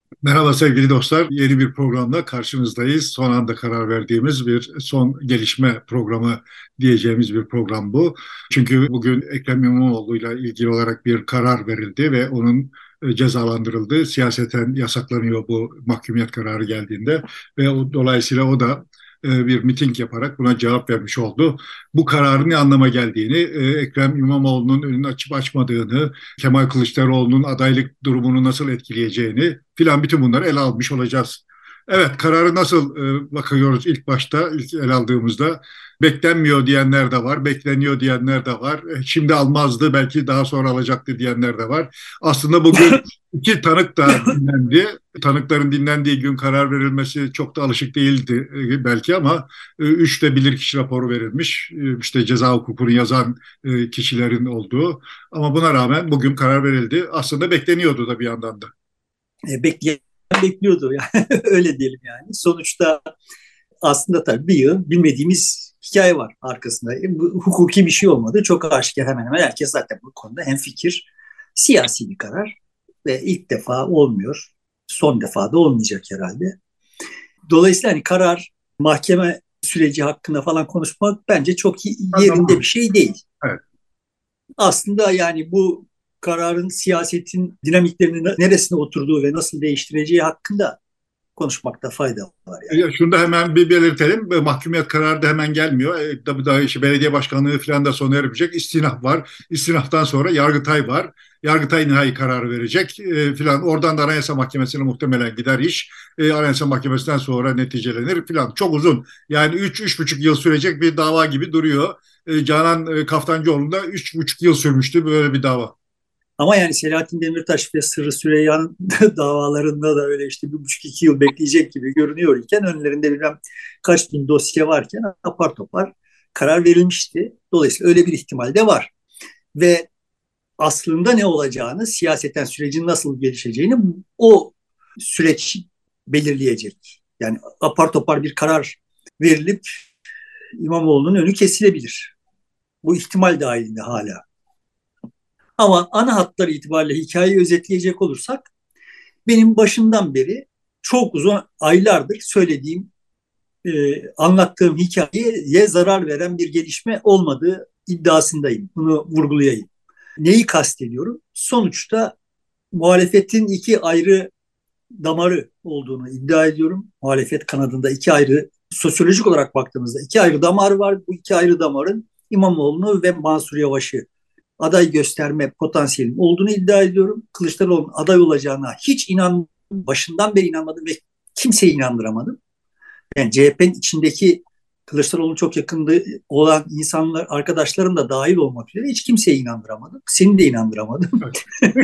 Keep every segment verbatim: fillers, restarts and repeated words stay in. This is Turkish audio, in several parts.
Merhaba sevgili dostlar. Yeni bir programla karşınızdayız. Son anda karar verdiğimiz bir son gelişme programı diyeceğimiz bir program bu. Çünkü bugün Ekrem İmamoğlu ile ilgili olarak bir karar verildi ve onun e, cezalandırıldığı, siyaseten yasaklanıyor bu mahkumiyet kararı geldiğinde ve o, dolayısıyla o da e, bir miting yaparak buna cevap vermiş oldu. Bu kararın ne anlama geldiğini, e, Ekrem İmamoğlu'nun önünü açıp açmadığını, Kemal Kılıçdaroğlu'nun adaylık durumunu nasıl etkileyeceğini filan bütün bunları ele almış olacağız. Evet, kararı nasıl e, bakıyoruz ilk başta, ilk ele aldığımızda? Beklenmiyor diyenler de var, bekleniyor diyenler de var. E, Şimdi almazdı, belki daha sonra alacaktı diyenler de var. Aslında bugün iki tanık da dinlendi. Tanıkların dinlendiği gün karar verilmesi çok da alışık değildi e, belki ama e, üç de bilirkişi raporu verilmiş. E, işte ceza hukukunu yazan e, kişilerin olduğu. Ama buna rağmen bugün karar verildi. Aslında bekleniyordu da bir yandan da. E, bekleyen bekliyordu yani öyle diyelim yani. Sonuçta aslında tabii bir yıl bilmediğimiz hikaye var arkasında. E, bu, hukuki bir şey olmadı. Çok aşikar, hemen hemen herkes zaten bu konuda hemfikir. Siyasi bir karar ve ilk defa olmuyor. Son defa da olmayacak herhalde. Dolayısıyla hani karar, mahkeme süreci hakkında falan konuşmak bence çok yerinde bir Anlamam. şey değil. Evet. Aslında yani bu kararın siyasetin dinamiklerinin neresine oturduğu ve nasıl değiştireceği hakkında konuşmakta fayda var yani. E, Şunu da hemen bir belirtelim. E, Mahkumiyet kararı da hemen gelmiyor. E, tabii daha işte belediye başkanlığı falan da sona erecek. İstinaf var. İstinaftan sonra Yargıtay var. Yargıtay nihai kararı verecek e, filan. Oradan da Anayasa Mahkemesi'ne muhtemelen gider iş. E, Anayasa Mahkemesi'nden sonra neticelenir filan. Çok uzun. Yani üç üç buçuk yıl sürecek bir dava gibi duruyor. E, Canan e, Kaftancıoğlu'nda üç buçuk yıl sürmüştü böyle bir dava. Ama yani Selahattin Demirtaş ve Sırrı Süreyya'nın davalarında da öyle işte bir buçuk iki yıl bekleyecek gibi görünüyor iken, önlerinde bilmem kaç bin dosya varken apar topar karar verilmişti. Dolayısıyla öyle bir ihtimal de var. Ve aslında ne olacağını, siyaseten sürecin nasıl gelişeceğini o süreç belirleyecek. Yani apar topar bir karar verilip İmamoğlu'nun önü kesilebilir. Bu ihtimal dahilinde hala. Ama ana hatları itibariyle hikayeyi özetleyecek olursak, benim başından beri çok uzun aylardır söylediğim, e, anlattığım hikayeye zarar veren bir gelişme olmadığı iddiasındayım. Bunu vurgulayayım. Neyi kastediyorum? Sonuçta muhalefetin iki ayrı damarı olduğunu iddia ediyorum. Muhalefet kanadında iki ayrı, sosyolojik olarak baktığımızda iki ayrı damar var. Bu iki ayrı damarın İmamoğlu'nu ve Mansur Yavaş'ı aday gösterme potansiyelinin olduğunu iddia ediyorum. Kılıçdaroğlu'nun aday olacağına hiç inan, başından beri inanmadım ve kimseyi inandıramadım. Yani C H P'nin içindeki Kılıçdaroğlu'nun çok yakında olan insanlar, arkadaşlarım da dahil olmak üzere hiç kimseyi inandıramadım. Seni de inandıramadım. Evet.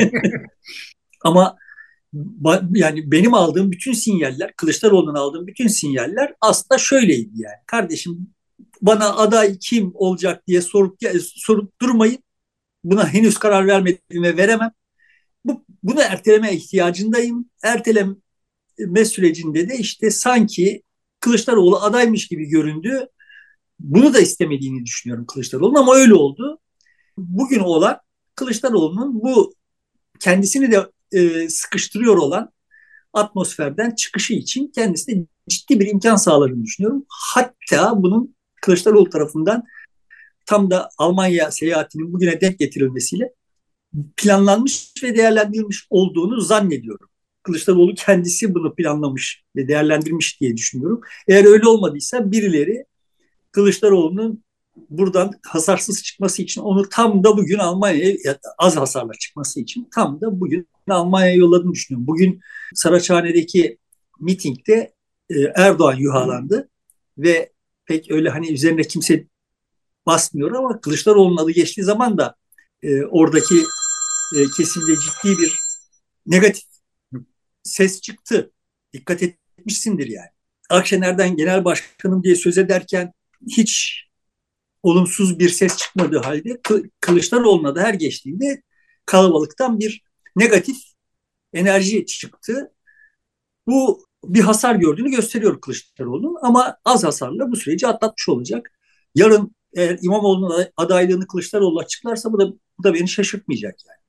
Ama yani benim aldığım bütün sinyaller, Kılıçdaroğlu'nun aldığım bütün sinyaller aslında şöyleydi yani. Kardeşim, bana aday kim olacak diye sorup, sorup durmayın. Buna henüz karar vermedim ve veremem. Bu, bunu erteleme ihtiyacındayım. Erteleme sürecinde de işte sanki Kılıçdaroğlu adaymış gibi göründü. Bunu da istemediğini düşünüyorum Kılıçdaroğlu'nun, ama öyle oldu. Bugün olan Kılıçdaroğlu'nun bu kendisini de e, sıkıştırıyor olan atmosferden çıkışı için kendisine ciddi bir imkan sağladığını düşünüyorum. Hatta bunun Kılıçdaroğlu tarafından tam da Almanya seyahatinin bugüne denk getirilmesiyle planlanmış ve değerlendirilmiş olduğunu zannediyorum. Kılıçdaroğlu kendisi bunu planlamış ve değerlendirmiş diye düşünüyorum. Eğer öyle olmadıysa birileri Kılıçdaroğlu'nun buradan hasarsız çıkması için onu tam da bugün Almanya'ya, az hasarla çıkması için tam da bugün Almanya'ya yolladığını düşünüyorum. Bugün Saraçhane'deki mitingde e, Erdoğan yuhalandı ve pek öyle hani üzerine kimse basmıyor, ama Kılıçdaroğlu'nun adı geçtiği zaman da e, oradaki e, kesimde ciddi bir negatif ses çıktı. Dikkat etmişsindir yani. Akşener'den genel başkanım diye söz ederken hiç olumsuz bir ses çıkmadığı halde Kılıçdaroğlu'na da her geçtiğinde kalabalıktan bir negatif enerji çıktı. Bu bir hasar gördüğünü gösteriyor Kılıçdaroğlu'nun, ama az hasarla bu süreci atlatmış olacak. Yarın eğer İmamoğlu'nun adaylığını Kılıçdaroğlu açıklarsa bu da, bu da beni şaşırtmayacak yani.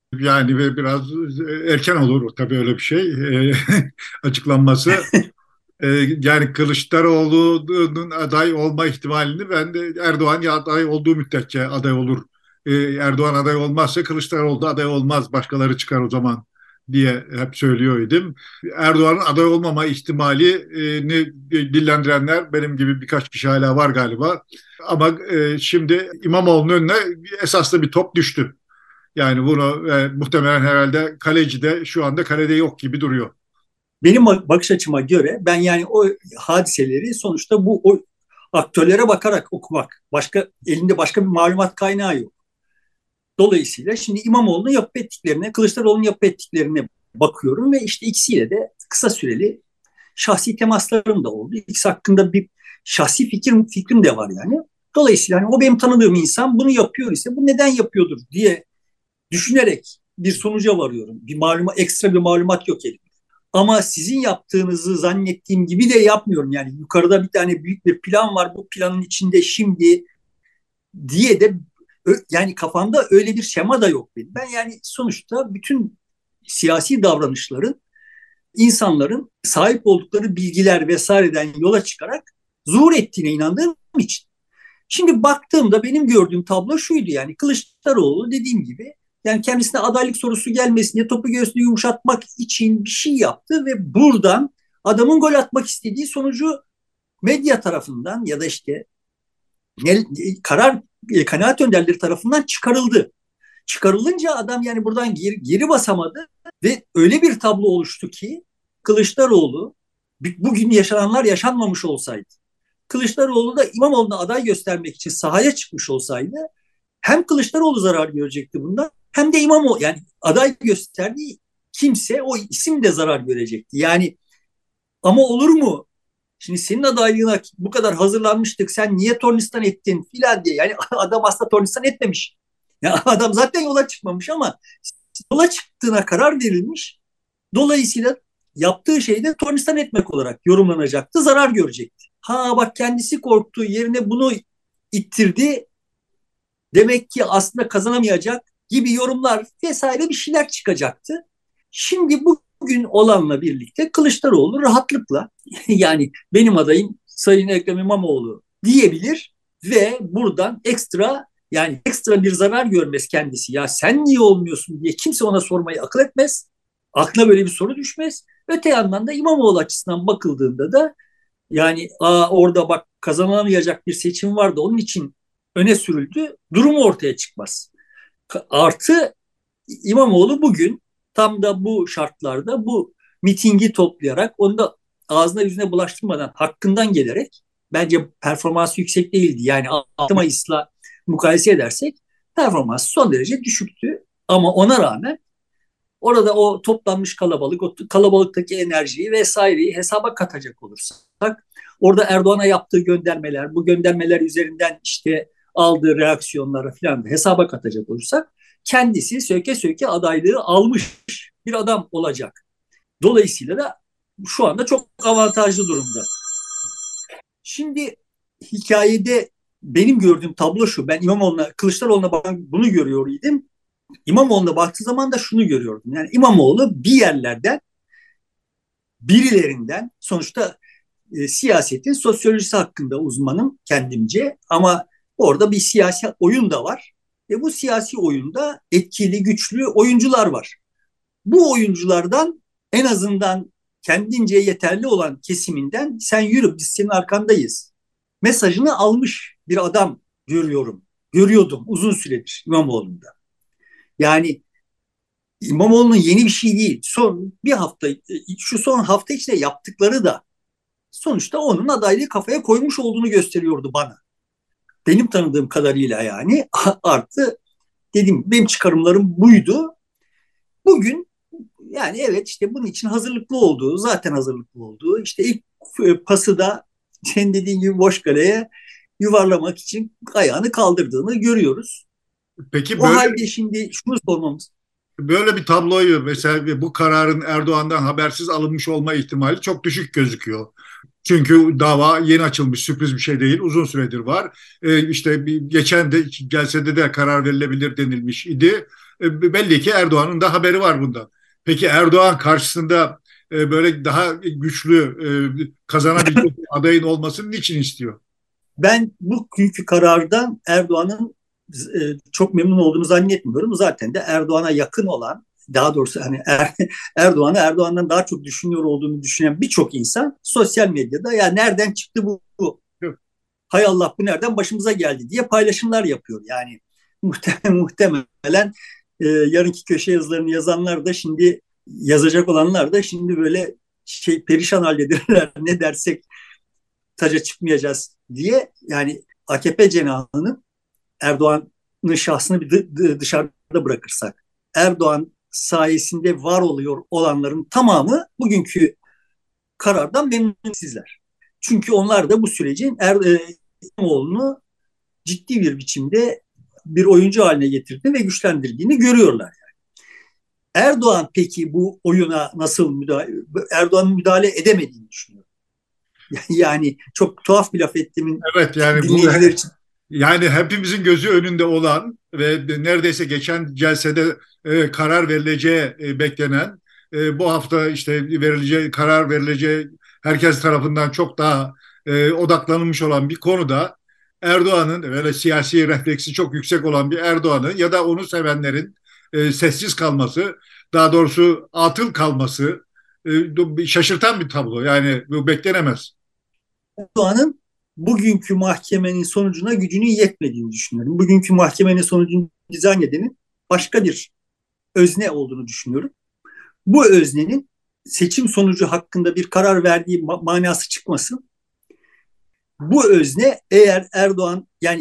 Yani ve biraz erken olur tabii öyle bir şey e, açıklanması. E, yani Kılıçdaroğlu'nun aday olma ihtimalini ben de Erdoğan ya aday olduğu müddetçe aday olur. E, Erdoğan aday olmazsa Kılıçdaroğlu da aday olmaz. Başkaları çıkar o zaman diye hep söylüyordum. Erdoğan'ın aday olmama ihtimalini dillendirenler benim gibi birkaç kişi hala var galiba. Ama e, şimdi İmamoğlu'nun önüne esaslı bir top düştü. Yani bunu e, muhtemelen herhalde kaleci de şu anda kalede yok gibi duruyor. Benim bakış açıma göre ben yani o hadiseleri sonuçta bu o aktörlere bakarak okumak. Başka elinde başka bir malumat kaynağı yok. Dolayısıyla şimdi İmamoğlu'nun yapıp ettiklerine, Kılıçdaroğlu'nun yapıp ettiklerine bakıyorum ve işte ikisiyle de kısa süreli şahsi temaslarım da oldu. İkisi hakkında bir şahsi fikrim, fikrim de var yani. Dolayısıyla hani o benim tanıdığım insan bunu yapıyor ise bu neden yapıyordur diye düşünerek bir sonuca varıyorum. Bir malumat, ekstra bir malumat yok elimde. Ama sizin yaptığınızı zannettiğim gibi de yapmıyorum. Yani yukarıda bir tane büyük bir plan var. Bu planın içinde şimdi diye de yani kafamda öyle bir şema da yok benim. Ben yani sonuçta bütün siyasi davranışların insanların sahip oldukları bilgiler vesaireden yola çıkarak zuhur ettiğine inandığım için. Şimdi baktığımda benim gördüğüm tablo şuydu yani Kılıçdaroğlu dediğim gibi yani kendisine adaylık sorusu gelmesin diye topu göğsünü yumuşatmak için bir şey yaptı ve buradan adamın gol atmak istediği sonucu medya tarafından ya da işte ne, karar e, kanaat önderleri tarafından çıkarıldı. Çıkarılınca adam yani buradan geri, geri basamadı ve öyle bir tablo oluştu ki Kılıçdaroğlu bugün yaşananlar yaşanmamış olsaydı, Kılıçdaroğlu da İmamoğlu'na aday göstermek için sahaya çıkmış olsaydı hem Kılıçdaroğlu zarar görecekti bundan hem de İmamoğlu yani aday gösterdiği kimse o isim de zarar görecekti. Yani ama olur mu? Şimdi senin adaylığına bu kadar hazırlanmıştık. Sen niye tornistan ettin filan diye. Yani adam aslında tornistan etmemiş. Ya adam zaten yola çıkmamış ama yola çıktığına karar verilmiş. Dolayısıyla yaptığı şey de tornistan etmek olarak yorumlanacaktı. Zarar görecekti. Ha bak kendisi korktu. Yerine bunu ittirdi. Demek ki aslında kazanamayacak gibi yorumlar vesaire bir şeyler çıkacaktı. Şimdi bugün olanla birlikte Kılıçdaroğlu rahatlıkla yani benim adayım Sayın Ekrem İmamoğlu diyebilir ve buradan ekstra yani ekstra bir zarar görmez kendisi. Ya sen niye olmuyorsun diye kimse ona sormayı akıl etmez. Aklına böyle bir soru düşmez. Öte yandan da İmamoğlu açısından bakıldığında da yani aa, orada bak kazanamayacak bir seçim vardı onun için öne sürüldü. Durumu ortaya çıkmaz. Artı İmamoğlu bugün tam da bu şartlarda bu mitingi toplayarak onu da ağzına yüzüne bulaştırmadan hakkından gelerek bence performansı yüksek değildi. Yani altı Mayıs'la mukayese edersek performansı son derece düşüktü. Ama ona rağmen orada o toplanmış kalabalık, o kalabalıktaki enerjiyi vesaireyi hesaba katacak olursak orada Erdoğan'a yaptığı göndermeler, bu göndermeler üzerinden işte aldığı reaksiyonları falan da hesaba katacak olursak kendisi söke söke adaylığı almış bir adam olacak. Dolayısıyla da şu anda çok avantajlı durumda. Şimdi hikayede benim gördüğüm tablo şu. Ben İmamoğlu'na, Kılıçdaroğlu'na bunu görüyor idim. İmamoğlu'na baktığı zaman da şunu görüyordum. Yani İmamoğlu bir yerlerden birilerinden sonuçta e, siyasetin sosyolojisi hakkında uzmanım kendimce ama orada bir siyasi oyun da var. Ve bu siyasi oyunda etkili, güçlü oyuncular var. Bu oyunculardan en azından kendince yeterli olan kesiminden sen yürü biz senin arkandayız mesajını almış bir adam görüyorum. Görüyordum uzun süredir İmamoğlu'nda. Yani İmamoğlu'nun yeni bir şey değil. Son bir hafta, şu son hafta içinde yaptıkları da sonuçta onun adaylığı kafaya koymuş olduğunu gösteriyordu bana. Benim tanıdığım kadarıyla yani artı dedim benim çıkarımlarım buydu. Bugün yani evet işte bunun için hazırlıklı olduğu, zaten hazırlıklı olduğu işte ilk pası da senin dediğin gibi boş kaleye yuvarlamak için ayağını kaldırdığını görüyoruz. Peki O böyle halde şimdi şunu sormamız. Böyle bir tabloyu mesela bu kararın Erdoğan'dan habersiz alınmış olma ihtimali çok düşük gözüküyor. Çünkü dava yeni açılmış, sürpriz bir şey değil, uzun süredir var. Ee, işte bir, geçen de celsede de karar verilebilir denilmiş idi. Ee, belli ki Erdoğan'ın da haberi var bundan. Peki Erdoğan karşısında e, böyle daha güçlü e, kazanabilecek bir adayın olmasını niçin istiyor? Ben bu günkü karardan Erdoğan'ın e, çok memnun olduğunu zannetmiyorum. Zaten de Erdoğan'a yakın olan, daha doğrusu hani er, Erdoğan'ı Erdoğan'dan daha çok düşünüyor olduğunu düşünen birçok insan sosyal medyada ya nereden çıktı bu, bu? Hay Allah bu nereden başımıza geldi diye paylaşımlar yapıyor. Yani muhtemelen, muhtemelen e, yarınki köşe yazılarını yazanlar da şimdi yazacak olanlar da şimdi böyle şey perişan halledirler ne dersek taca çıkmayacağız diye. Yani A K P cenahının Erdoğan'ın şahsını bir dışarıda bırakırsak Erdoğan sayesinde var oluyor olanların tamamı bugünkü karardan memnunizler. Çünkü onlar da bu sürecin er, e, İmamoğlu'nu ciddi bir biçimde bir oyuncu haline getirdiğini ve güçlendirdiğini görüyorlar. Erdoğan peki bu oyuna nasıl müdahale, Erdoğan'ın müdahale edemediğini düşünüyor. Yani çok tuhaf bir laf ettiğimin Evet, yani bu dinleyiciler için. yani hepimizin gözü önünde olan ve neredeyse geçen celsede e, karar verileceği e, beklenen e, bu hafta işte verileceği karar verileceği herkes tarafından çok daha e, odaklanılmış olan bir konuda Erdoğan'ın böyle siyasi refleksi çok yüksek olan bir Erdoğan'ın ya da onu sevenlerin e, sessiz kalması, daha doğrusu atıl kalması e, şaşırtan bir tablo. Yani bu beklenemez. Erdoğan'ın bugünkü mahkemenin sonucuna gücünün yetmediğini düşünüyorum. Bugünkü mahkemenin sonucunu dizayn edenin başka bir özne olduğunu düşünüyorum. Bu öznenin seçim sonucu hakkında bir karar verdiği manası çıkmasın. Bu özne eğer Erdoğan yani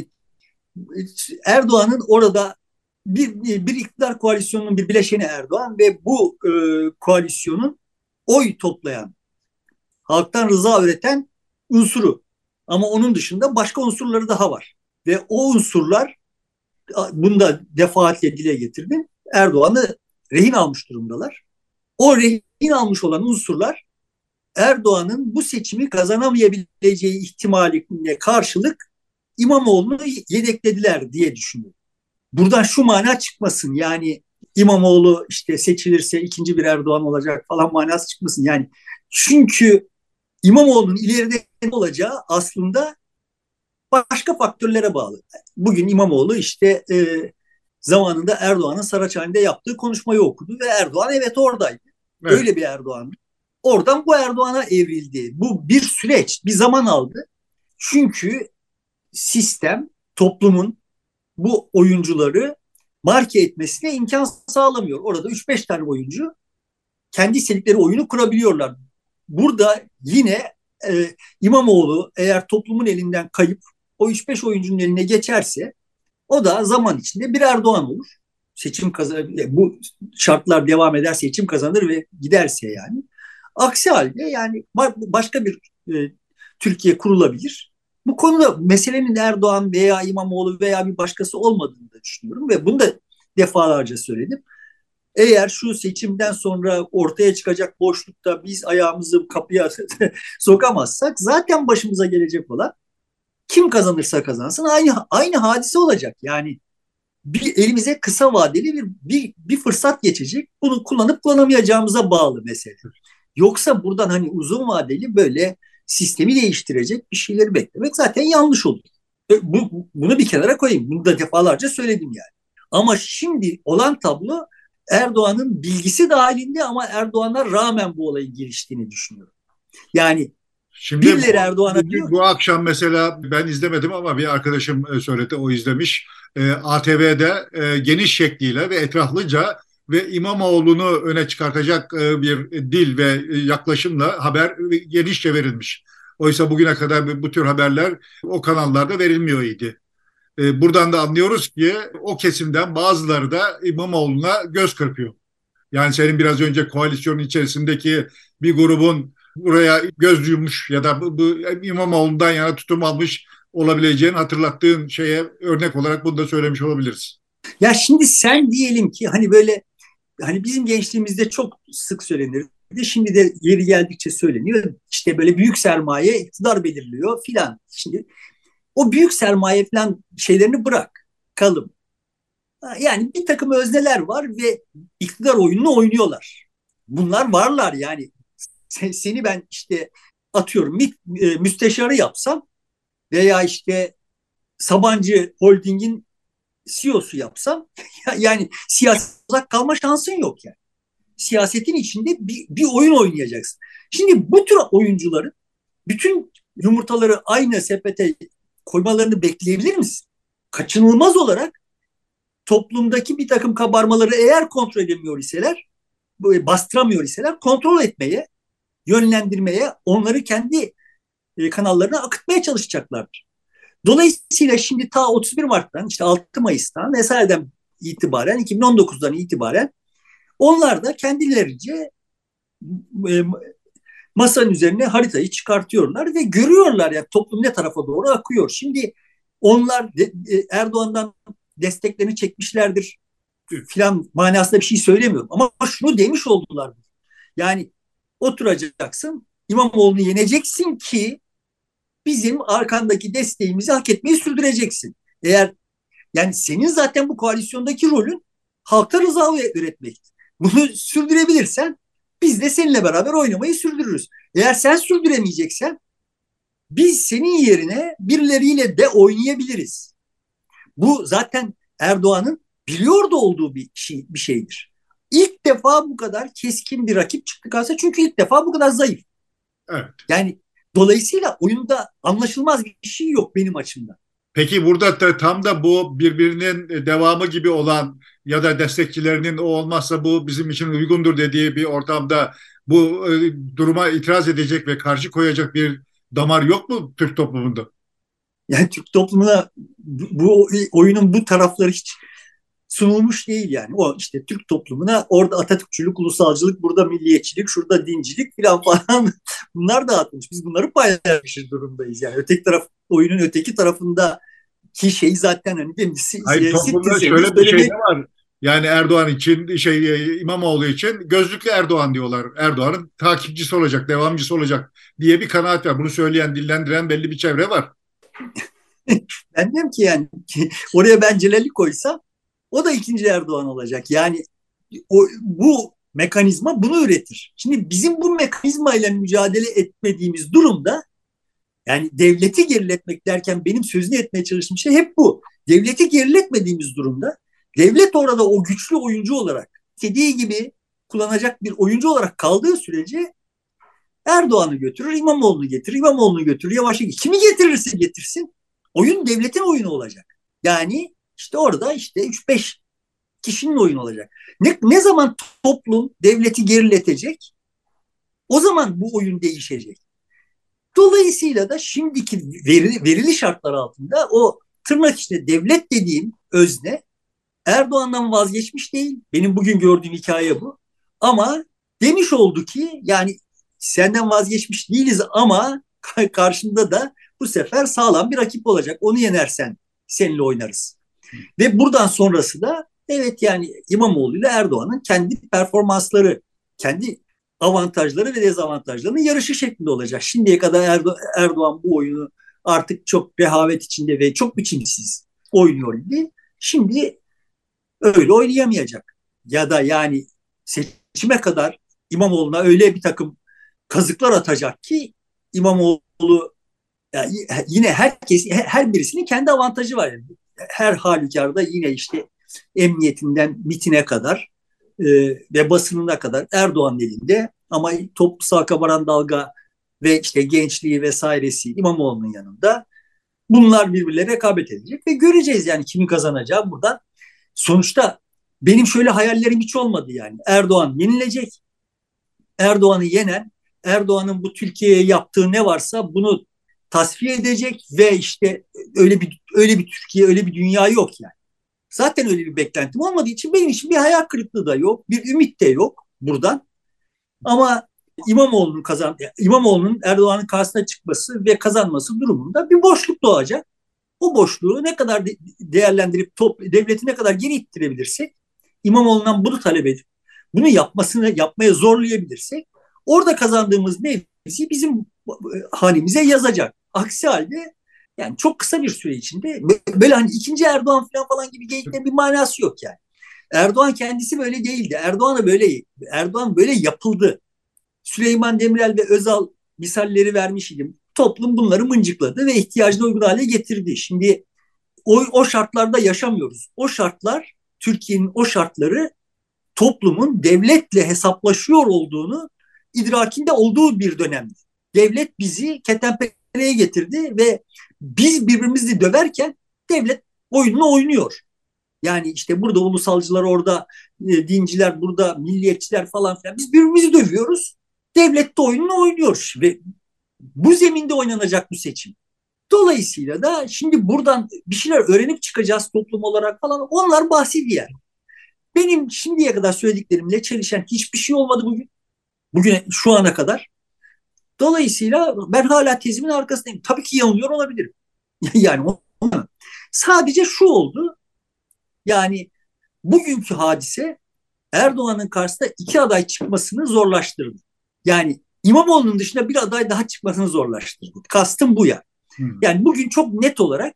Erdoğan'ın orada bir, bir iktidar koalisyonunun bir bileşeni Erdoğan ve bu e, koalisyonun oy toplayan, halktan rıza üreten unsuru. Ama onun dışında başka unsurları daha var. Ve o unsurlar, bunu da defaatle dile getirdim, Erdoğan'ı rehin almış durumdalar. O rehin almış olan unsurlar Erdoğan'ın bu seçimi kazanamayabileceği ihtimaline karşılık İmamoğlu'nu yedeklediler diye düşünüyorum. Buradan şu mana çıkmasın yani İmamoğlu işte seçilirse ikinci bir Erdoğan olacak falan manası çıkmasın. Yani çünkü İmamoğlu'nun ileride ne olacağı aslında başka faktörlere bağlı. Bugün İmamoğlu işte e, zamanında Erdoğan'ın Saraçhane'de yaptığı konuşmayı okudu ve Erdoğan evet oradaydı. Evet. Öyle bir Erdoğan. Oradan bu Erdoğan'a evrildi. Bu bir süreç, bir zaman aldı. Çünkü sistem toplumun bu oyuncuları marke etmesine imkan sağlamıyor. Orada üç beş tane oyuncu kendi istedikleri oyunu kurabiliyorlar. Burada yine e, İmamoğlu eğer toplumun elinden kayıp o üç beş oyuncunun eline geçerse o da zaman içinde bir Erdoğan olur. Seçim kazanır. Bu şartlar devam eder seçim kazanır ve giderse yani. Aksi halde yani başka bir e, Türkiye kurulabilir. Bu konuda meselenin Erdoğan veya İmamoğlu veya bir başkası olmadığını da düşünüyorum ve bunu da defalarca söyledim. Eğer şu seçimden sonra ortaya çıkacak boşlukta biz ayağımızı kapıya sokamazsak zaten başımıza gelecek olan kim kazanırsa kazansın aynı aynı hadise olacak. Yani bir elimize kısa vadeli bir, bir bir fırsat geçecek. Bunu kullanıp kullanamayacağımıza bağlı mesele. Yoksa buradan hani uzun vadeli böyle sistemi değiştirecek bir şeyleri beklemek zaten yanlış olur. Bu, bunu bir kenara koyayım. Bunu da defalarca söyledim yani. Ama şimdi olan tablo Erdoğan'ın bilgisi dahilinde ama Erdoğan'a rağmen bu olayın geliştiğini düşünüyorum. Yani Şimdi birileri bu, Erdoğan'a bu, diyor bu ki akşam mesela ben izlemedim ama bir arkadaşım e, söyledi, o izlemiş. E, A T V'de e, geniş şekliyle ve etraflıca ve İmamoğlu'nu öne çıkartacak e, bir dil ve e, yaklaşımla haber genişçe verilmiş. Oysa bugüne kadar bu tür haberler o kanallarda verilmiyor idi. E, buradan da anlıyoruz ki o kesimden bazıları da İmamoğlu'na göz kırpıyor. Yani senin biraz önce koalisyonun içerisindeki bir grubun buraya göz yummuş ya da bu, bu İmamoğlu'ndan yana tutum almış olabileceğini hatırlattığın şeye örnek olarak bunu da söylemiş olabiliriz. ya şimdi sen diyelim ki hani böyle hani bizim gençliğimizde çok sık söylenirdi. Şimdi de yeri geldikçe söyleniyor. İşte böyle büyük sermaye iktidar belirliyor filan. Şimdi o büyük sermaye filan şeylerini bırak. Kalım. Yani bir takım özneler var ve iktidar oyununu oynuyorlar. Bunlar varlar yani. Seni ben işte atıyorum müsteşarı yapsam veya işte Sabancı Holding'in C E O'su yapsam yani siyasi olarak kalma şansın yok yani. Siyasetin içinde bir, bir oyun oynayacaksın. Şimdi bu tür oyuncuların bütün yumurtaları aynı sepete koymalarını bekleyebilir misin? Kaçınılmaz olarak toplumdaki bir takım kabarmaları eğer kontrol edemiyor iseler, bastıramıyor iseler kontrol etmeye, yönlendirmeye, onları kendi kanallarına akıtmaya çalışacaklardır. Dolayısıyla şimdi ta otuz bir Mart'tan işte altı Mayıs'tan vesaireden itibaren iki bin on dokuzdan itibaren onlar da kendilerince masanın üzerine haritayı çıkartıyorlar ve görüyorlar ya toplum ne tarafa doğru akıyor. Şimdi onlar Erdoğan'dan desteklerini çekmişlerdir filan manasında bir şey söylemiyorum. Ama şunu demiş oldular. Yani oturacaksın, İmamoğlu'nu yeneceksin ki bizim arkandaki desteğimizi hak etmeyi sürdüreceksin. Eğer yani senin zaten bu koalisyondaki rolün halkta rıza üretmek. Bunu sürdürebilirsen biz de seninle beraber oynamayı sürdürürüz. Eğer sen sürdüremeyeceksen biz senin yerine birileriyle de oynayabiliriz. Bu zaten Erdoğan'ın biliyor da olduğu bir şey bir şeydir. İlk defa bu kadar keskin bir rakip çıktı karşısına çünkü ilk defa bu kadar zayıf. Evet. Yani dolayısıyla oyunda anlaşılmaz bir şey yok benim açımdan. Peki burada da, tam da bu birbirinin devamı gibi olan ya da destekçilerinin o olmazsa bu bizim için uygundur dediği bir ortamda bu e, duruma itiraz edecek ve karşı koyacak bir damar yok mu Türk toplumunda? Yani Türk toplumuna bu, bu oyunun bu tarafları hiç sunulmuş değil yani. O işte Türk toplumuna orada Atatürkçülük, ulusalcılık, burada milliyetçilik, şurada dincilik falan falan bunlar dağıtılmış. Biz bunları paylaşmış durumdayız yani. Öteki taraf oyunun öteki tarafında ki şey zaten hani benim Hayır, sit toplumda dizlerini şöyle bir şey de söylemek. var. Yani Erdoğan için şey İmamoğlu için gözlüklü Erdoğan diyorlar. Erdoğan'ın takipçisi olacak, devamcısı olacak diye bir kanaat var. Bunu söyleyen, dillendiren belli bir çevre var. Ben diyorum ki yani ki oraya ben Celal'i koysam o da ikinci Erdoğan olacak. Yani o, bu mekanizma bunu üretir. Şimdi bizim bu mekanizmayla mücadele etmediğimiz durumda yani devleti geriletmek derken benim sözünü etmeye çalıştığım şey hep bu. Devleti geriletmediğimiz durumda devlet orada o güçlü oyuncu olarak istediği gibi kullanacak bir oyuncu olarak kaldığı sürece Erdoğan'ı götürür, İmamoğlu'nu getirir, İmamoğlu'nu götürür, yavaş yavaş kimi getirirse getirsin oyun devletin oyunu olacak. Yani işte orada işte üç beş kişinin oyunu olacak. Ne, ne zaman toplum devleti geriletecek o zaman bu oyun değişecek. Dolayısıyla da şimdiki verili, verili şartlar altında o tırnak içinde devlet dediğim özne Erdoğan'dan vazgeçmiş değil. Benim bugün gördüğüm hikaye bu. Ama demiş oldu ki yani senden vazgeçmiş değiliz ama karşında da bu sefer sağlam bir rakip olacak. Onu yenersen seninle oynarız. Ve buradan sonrası da evet yani İmamoğlu ile Erdoğan'ın kendi performansları, kendi avantajları ve dezavantajlarının yarışı şeklinde olacak. Şimdiye kadar Erdo- Erdoğan bu oyunu artık çok rehavet içinde ve çok biçimsiz oynuyor idi. Şimdi öyle oynayamayacak. Ya da yani seçime kadar İmamoğlu'na öyle bir takım kazıklar atacak ki İmamoğlu yani yine herkes her birisinin kendi avantajı var. Yani her halükarda yine işte emniyetinden MİT'ine kadar e, ve basınına kadar Erdoğan'ın elinde ama toplumsal kabaran dalga ve işte gençliği vesairesi İmamoğlu'nun yanında. Bunlar birbirleriyle rekabet edecek ve göreceğiz yani kimin kazanacağı buradan. Sonuçta benim şöyle hayallerim hiç olmadı yani. Erdoğan yenilecek. Erdoğan'ı yenen, Erdoğan'ın bu Türkiye'ye yaptığı ne varsa bunu tasfiye edecek ve işte öyle bir öyle bir Türkiye, öyle bir dünya yok yani. Zaten öyle bir beklentim olmadığı için benim için bir hayal kırıklığı da yok, bir ümit de yok buradan. Ama İmamoğlu'nun kazan İmamoğlu'nun Erdoğan'ın karşısına çıkması ve kazanması durumunda bir boşluk doğacak. O boşluğu ne kadar de- değerlendirip top, devleti ne kadar geri ittirebilirsek İmamoğlu'ndan bunu talep edip bunu yapmasını yapmaya zorlayabilirsek orada kazandığımız mevzi bizim hanemize yazacak. Aksi halde yani çok kısa bir süre içinde böyle hani ikinci Erdoğan falan falan gibi geyiklerin bir manası yok yani. Erdoğan kendisi böyle değildi. Erdoğan'a böyle Erdoğan böyle yapıldı. Süleyman Demirel ve Özal misalleri vermiş idim. Toplum bunları mıncıkladı ve ihtiyacına uygun hale getirdi. Şimdi o, o şartlarda yaşamıyoruz. O şartlar, Türkiye'nin o şartları toplumun devletle hesaplaşıyor olduğunu idrakinde olduğu bir dönemdi. Devlet bizi ketenpereye getirdi ve biz birbirimizi döverken devlet oyununu oynuyor. Yani işte burada ulusalcılar, orada e, dinciler, burada milliyetçiler falan filan. Biz birbirimizi dövüyoruz. Devlet de oyununu oynuyor ve bu zeminde oynanacak bu seçim. Dolayısıyla da şimdi buradan bir şeyler öğrenip çıkacağız toplum olarak falan. Onlar bahsi diğer. Benim şimdiye kadar söylediklerimle çelişen hiçbir şey olmadı bugün. Bugüne şu ana kadar. Dolayısıyla ben hala tezimin arkasındayım. Tabii ki yanılıyor olabilirim. Yani o, sadece şu oldu. Yani bugünkü hadise Erdoğan'ın karşısında iki aday çıkmasını zorlaştırdı. Yani İmamoğlu'nun dışında bir aday daha çıkmasını zorlaştırdı. Kastım bu ya. Hmm. Yani bugün çok net olarak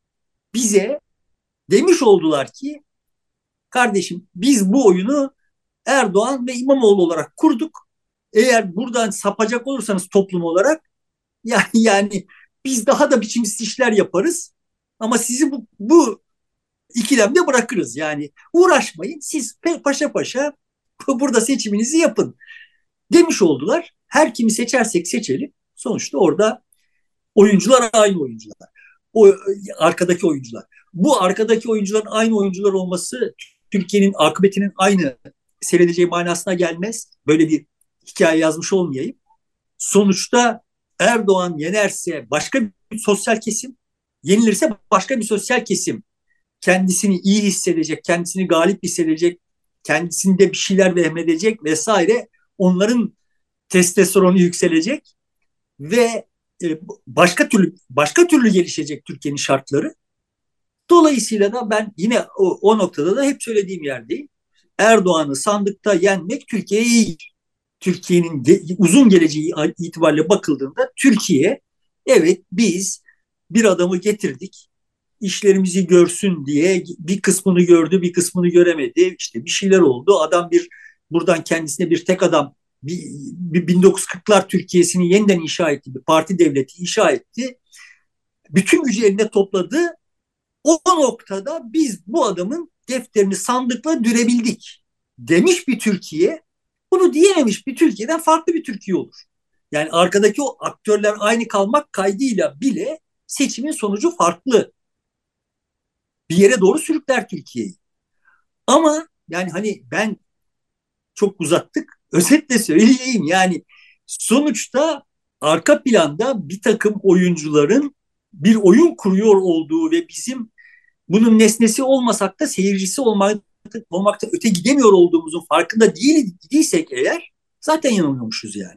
bize demiş oldular ki kardeşim biz bu oyunu Erdoğan ve İmamoğlu olarak kurduk. Eğer buradan sapacak olursanız toplum olarak yani, yani biz daha da biçimsiz işler yaparız. Ama sizi bu, bu ikilemde bırakırız. Yani uğraşmayın. Siz paşa paşa burada seçiminizi yapın demiş oldular. Her kimi seçersek seçelim. Sonuçta orada oyuncular aynı oyuncular. O arkadaki oyuncular. Bu arkadaki oyuncuların aynı oyuncular olması Türkiye'nin akıbetinin aynı seyredeceği manasına gelmez. Böyle bir hikaye yazmış olmayayım. Sonuçta Erdoğan yenerse başka bir sosyal kesim, yenilirse başka bir sosyal kesim kendisini iyi hissedecek, kendisini galip hissedecek, kendisinde bir şeyler vehmedecek vesaire. Onların testosteronu yükselecek ve başka türlü başka türlü gelişecek Türkiye'nin şartları. Dolayısıyla da ben yine o, o noktada da hep söylediğim yerdeyim. Erdoğan'ı sandıkta yenmek Türkiye'ye iyi. Türkiye'nin de, uzun geleceği itibariyle bakıldığında Türkiye, evet biz bir adamı getirdik, işlerimizi görsün diye bir kısmını gördü, bir kısmını göremedi. İşte bir şeyler oldu. Adam bir buradan kendisine bir tek adam bir, bir bin dokuz yüz kırklar Türkiye'sini yeniden inşa etti. Bir parti devleti inşa etti. Bütün gücü eline topladı. O noktada biz bu adamın defterini sandıkla dürebildik demiş bir Türkiye. Bunu diyememiş bir Türkiye'den farklı bir Türkiye olur. Yani arkadaki o aktörler aynı kalmak kaydıyla bile seçimin sonucu farklı. Bir yere doğru sürükler Türkiye'yi. Ama yani hani ben çok uzattık. Özetle söyleyeyim yani sonuçta arka planda bir takım oyuncuların bir oyun kuruyor olduğu ve bizim bunun nesnesi olmasak da seyircisi olmak, olmakta öte gidemiyor olduğumuzun farkında değil, değilsek eğer zaten yanılıyormuşuz yani.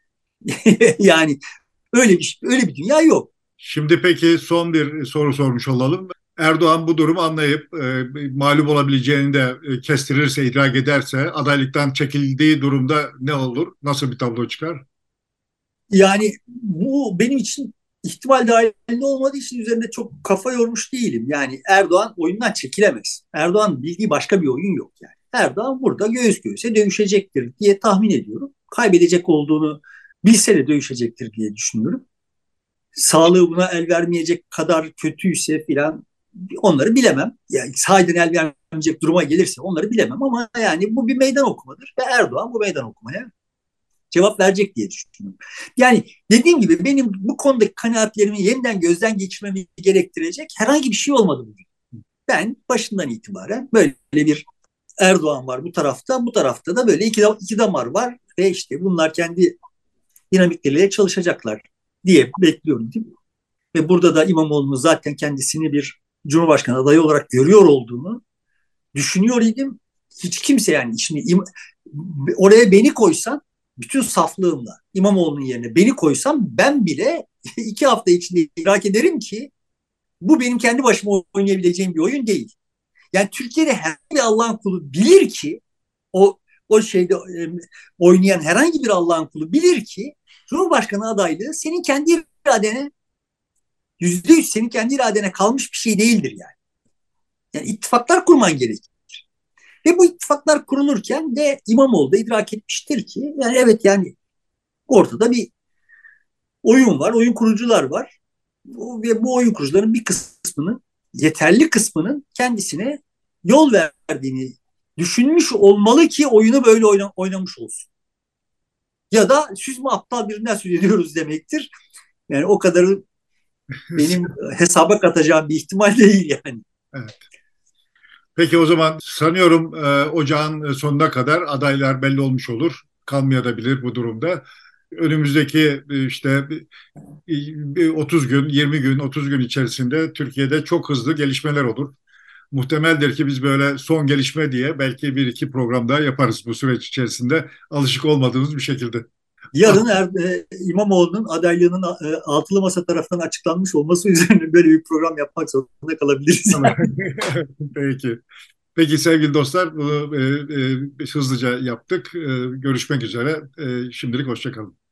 Yani öyle bir öyle bir dünya yok. Şimdi peki son bir soru sormuş olalım. Erdoğan bu durumu anlayıp e, mağlup olabileceğini de e, kestirirse, idrak ederse adaylıktan çekildiği durumda ne olur? Nasıl bir tablo çıkar? Yani bu benim için ihtimal dahilinde olmadığı için üzerinde çok kafa yormuş değilim. Yani Erdoğan oyundan çekilemez. Erdoğan bildiği başka bir oyun yok yani. Erdoğan burada göğüs göğüse dövüşecektir diye tahmin ediyorum. Kaybedecek olduğunu bilse de dövüşecektir diye düşünüyorum. Sağlığı buna el vermeyecek kadar kötüyse filan onları bilemem. Yani sahiden el vermeyecek duruma gelirse onları bilemem ama yani bu bir meydan okumadır ve Erdoğan bu meydan okumaya cevap verecek diye düşünüyorum. Yani dediğim gibi benim bu konudaki kanaatlerimi yeniden gözden geçirmemi gerektirecek herhangi bir şey olmadı bugün. Ben başından itibaren böyle bir Erdoğan var bu tarafta, bu tarafta da böyle iki, iki damar var ve işte bunlar kendi dinamikleriyle çalışacaklar diye bekliyorum değil mi? Ve burada da İmamoğlu'nun zaten kendisini bir Cumhurbaşkanı adayı olarak görüyor olduğunu düşünüyor idim. Hiç kimse yani şimdi oraya beni koysan bütün saflığımla İmamoğlu'nun yerine beni koysam ben bile iki hafta içinde idrak ederim ki bu benim kendi başıma oynayabileceğim bir oyun değil. Yani Türkiye'de her bir Allah'ın kulu bilir ki o o şeyde e, oynayan herhangi bir Allah'ın kulu bilir ki Cumhurbaşkanı adaylığı senin kendi iradene, yüzde yüz senin kendi iradene kalmış bir şey değildir yani. Yani ittifaklar kurman gerekir. Ve bu ittifaklar kurulurken de İmamoğlu da idrak etmiştir ki yani evet yani ortada bir oyun var, oyun kurucular var. Ve bu oyun kurucuların bir kısmının, yeterli kısmının kendisine yol verdiğini düşünmüş olmalı ki oyunu böyle oyna, oynamış olsun. Ya da siz mi aptal birinden söz ediyoruz demektir. Yani o kadarı benim hesaba katacağım bir ihtimal değil yani. Evet. Peki o zaman sanıyorum e, ocağın sonuna kadar adaylar belli olmuş olur. Kalmayabilir bu durumda. Önümüzdeki e, işte e, otuz gün, yirmi gün, otuz gün içerisinde Türkiye'de çok hızlı gelişmeler olur. Muhtemeldir ki biz böyle son gelişme diye belki bir iki program daha yaparız bu süreç içerisinde alışık olmadığımız bir şekilde. Yarın er, e, İmamoğlu'nun adaylığının e, altılı masa tarafından açıklanmış olması üzerine böyle bir program yapmak zorunda kalabiliriz. Yani. Peki. Peki sevgili dostlar, bunu e, e, hızlıca yaptık. E, görüşmek üzere. E, şimdilik hoşça kalın.